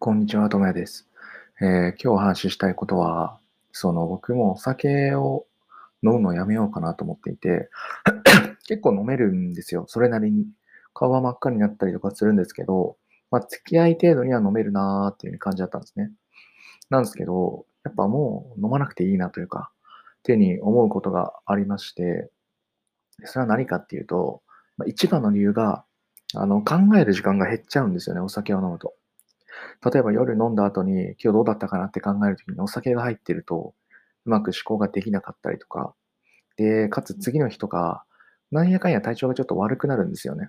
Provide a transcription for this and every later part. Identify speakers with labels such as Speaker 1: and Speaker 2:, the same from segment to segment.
Speaker 1: こんにちは、ともやです。今日お話ししたいことは、僕もお酒を飲むのをやめようかなと思っていて、結構飲めるんですよ、それなりに。顔は真っ赤になったりとかするんですけど、付き合い程度には飲めるなーっていう風に感じだったんですね。なんですけど、やっぱもう飲まなくていいなというか、手に思うことがありまして、それは何かっていうと、一番の理由が、考える時間が減っちゃうんですよね、お酒を飲むと。例えば夜飲んだ後に、今日どうだったかなって考えるときにお酒が入ってると、うまく思考ができなかったりとか、で、かつ次の日とか、なんやかんや体調がちょっと悪くなるんですよね。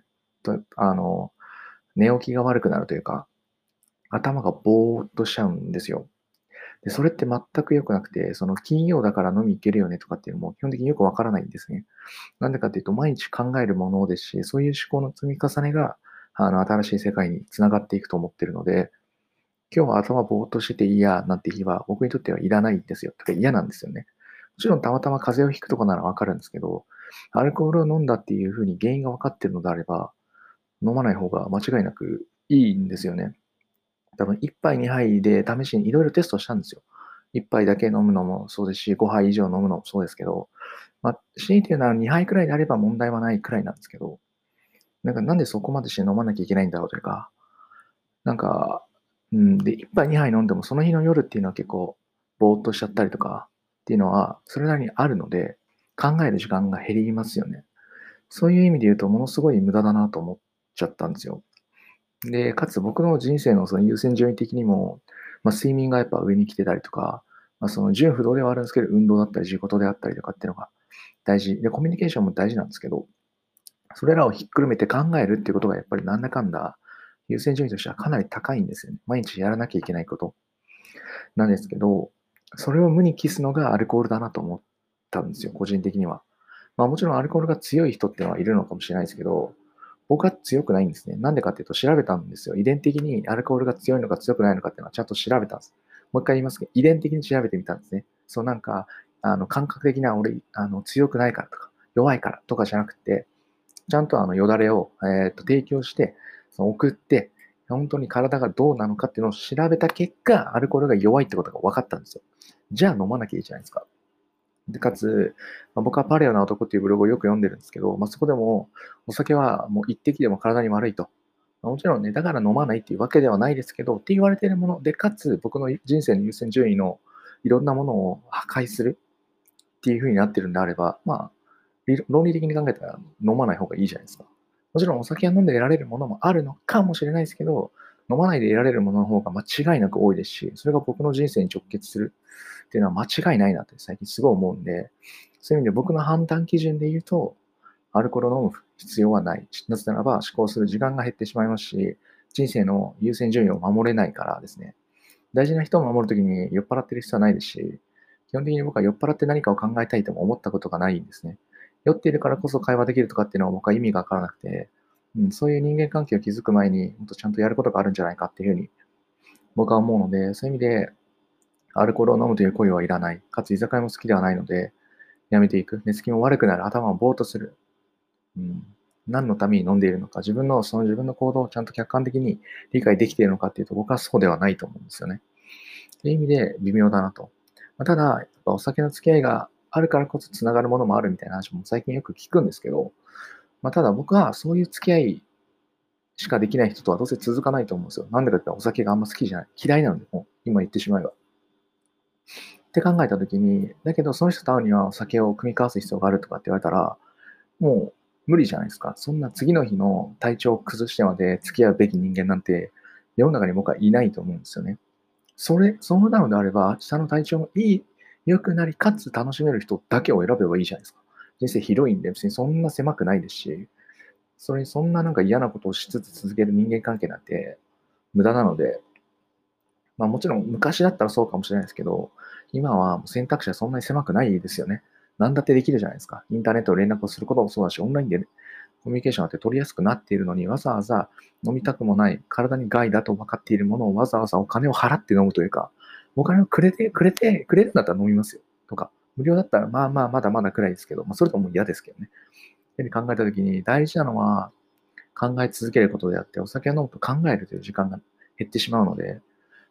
Speaker 1: 寝起きが悪くなるというか、頭がぼーっとしちゃうんですよ。で、それって全く良くなくて、金曜だから飲み行けるよねとかっていうのも基本的によくわからないんですね。なんでかっていうと、毎日考えるものですし、そういう思考の積み重ねが、新しい世界に繋がっていくと思ってるので、今日は頭ぼーっとしてていいや、なんて日は僕にとってはいらないんですよ。とか嫌なんですよね。もちろんたまたま風邪をひくとかならわかるんですけど、アルコールを飲んだっていう風に原因が分かってるのであれば、飲まない方が間違いなくいいんですよね。多分1杯2杯で試しにいろいろテストしたんですよ。1杯だけ飲むのもそうですし、5杯以上飲むのもそうですけど、強いて言うなら2杯くらいであれば問題はないくらいなんですけど、なんでそこまでして飲まなきゃいけないんだろうというか、なんか、で、1杯2杯飲んでもその日の夜っていうのは結構ぼーっとしちゃったりとかっていうのはそれなりにあるので、考える時間が減りますよね。そういう意味で言うとものすごい無駄だなと思っちゃったんですよ。で、かつ僕の人生のその優先順位的にも、睡眠がやっぱ上に来てたりとか、その純不動ではあるんですけど、運動だったり仕事であったりとかっていうのが大事。で、コミュニケーションも大事なんですけど、それらをひっくるめて考えるっていうことがやっぱりなんだかんだ優先順位としてはかなり高いんですよね。毎日やらなきゃいけないことなんですけど、それを無に帰すのがアルコールだなと思ったんですよ、個人的には。もちろんアルコールが強い人っていうのはいるのかもしれないですけど、僕は強くないんですね。なんでかっていうと調べたんですよ。遺伝的にアルコールが強いのか強くないのかっていうのはちゃんと調べたんです。もう一回言いますけど、遺伝的に調べてみたんですね。感覚的な俺、強くないからとか、弱いからとかじゃなくて、ちゃんとよだれを、提供して、送って、本当に体がどうなのかっていうのを調べた結果、アルコールが弱いってことが分かったんですよ。じゃあ飲まなきゃいいじゃないですか。で、かつ、僕はパレオな男っていうブログをよく読んでるんですけど、そこでも、お酒はもう一滴でも体に悪いと。もちろんね、だから飲まないっていうわけではないですけど、って言われているもので、かつ僕の人生の優先順位のいろんなものを破壊するっていう風になってるんであれば、論理的に考えたら飲まない方がいいじゃないですか。もちろんお酒は飲んで得られるものもあるのかもしれないですけど、飲まないで得られるものの方が間違いなく多いですし、それが僕の人生に直結するっていうのは間違いないなって最近すごい思うんで、そういう意味で僕の判断基準で言うと、アルコールを飲む必要はない。なぜならば思考する時間が減ってしまいますし、人生の優先順位を守れないからですね。大事な人を守るときに酔っ払ってる必要はないですし、基本的に僕は酔っ払って何かを考えたいとも思ったことがないんですね。酔っているからこそ会話できるとかっていうのは僕は意味がわからなくて、そういう人間関係を築く前にもっとちゃんとやることがあるんじゃないかっていうふうに僕は思うので、そういう意味でアルコールを飲むという行為はいらない。かつ居酒屋も好きではないので、やめていく。寝つきも悪くなる。頭もぼーっとする。うん。何のために飲んでいるのか、自分の行動をちゃんと客観的に理解できているのかっていうと僕はそうではないと思うんですよね。っていう意味で微妙だなと。ただ、やっぱお酒の付き合いがあるからこそつながるものもあるみたいな話も最近よく聞くんですけど、ただ僕はそういう付き合いしかできない人とはどうせ続かないと思うんですよ。なんでかって言ったらお酒があんま好きじゃない。嫌いなので、もう今言ってしまえば。って考えたときに、だけどその人と会うにはお酒を組み交わす必要があるとかって言われたら、もう無理じゃないですか。そんな次の日の体調を崩してまで付き合うべき人間なんて世の中に僕はいないと思うんですよね。そのなのであれば、下の体調も良くなり、かつ楽しめる人だけを選べばいいじゃないですか。人生広いんで、別にそんな狭くないですし、そんな嫌なことをしつつ続ける人間関係なんて無駄なので、もちろん昔だったらそうかもしれないですけど、今はもう選択肢はそんなに狭くないですよね。何だってできるじゃないですか。インターネットで連絡をすることもそうだし、オンラインでねコミュニケーションって取りやすくなっているのに、わざわざ飲みたくもない、体に害だと分かっているものをわざわざお金を払って飲むというか、お金をくれるんだったら飲みますよ。とか、無料だったらまだまだくらいですけど、それとも嫌ですけどね。っていうふうに考えたときに、大事なのは考え続けることであって、お酒を飲むと考えるという時間が減ってしまうので、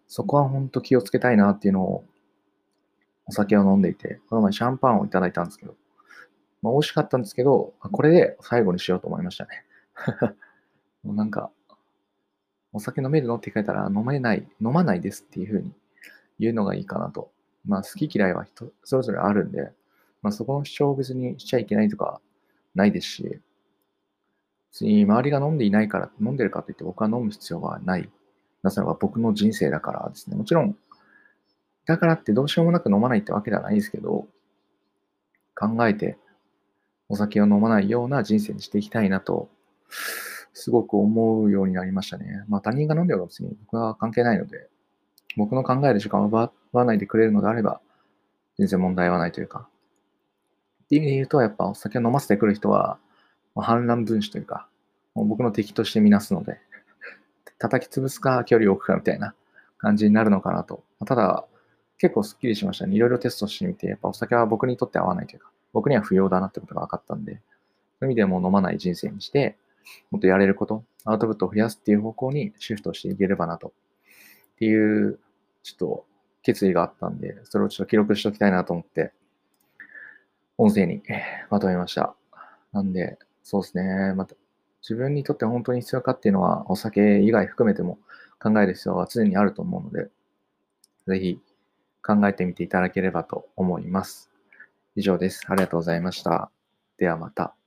Speaker 1: そこは本当気をつけたいなっていうのを、お酒を飲んでいて、この前シャンパンをいただいたんですけど、美味しかったんですけど、これで最後にしようと思いましたね。もうなんか、お酒飲めるのって聞かれたら、飲まないですっていう風に言うのがいいかなと。好き嫌いは人それぞれあるんで、そこの主張を別にしちゃいけないとかないですし、別に周りが飲んでいないから、飲んでるからといって僕は飲む必要はない。なぜならば僕の人生だからですね。もちろん、だからってどうしようもなく飲まないってわけではないんですけど、考えてお酒を飲まないような人生にしていきたいなと、すごく思うようになりましたね。他人が飲んでるのは別に僕は関係ないので、僕の考える時間を奪わないでくれるのであれば、全然問題はないというか。っていう意味で言うと、やっぱお酒を飲ませてくる人は、反乱分子というか、もう僕の敵としてみなすので、叩き潰すか距離を置くかみたいな感じになるのかなと。ただ、結構スッキリしましたね。いろいろテストしてみて、やっぱお酒は僕にとって合わないというか、僕には不要だなってことが分かったんで、そういう意味でもう飲まない人生にして、もっとやれること、アウトプットを増やすっていう方向にシフトしていければなと。っていう、ちょっと決意があったんで、それをちょっと記録しておきたいなと思って、音声にまとめました。なんで、そうですね。自分にとって本当に必要かっていうのは、お酒以外含めても考える必要は常にあると思うので、ぜひ考えてみていただければと思います。以上です。ありがとうございました。ではまた。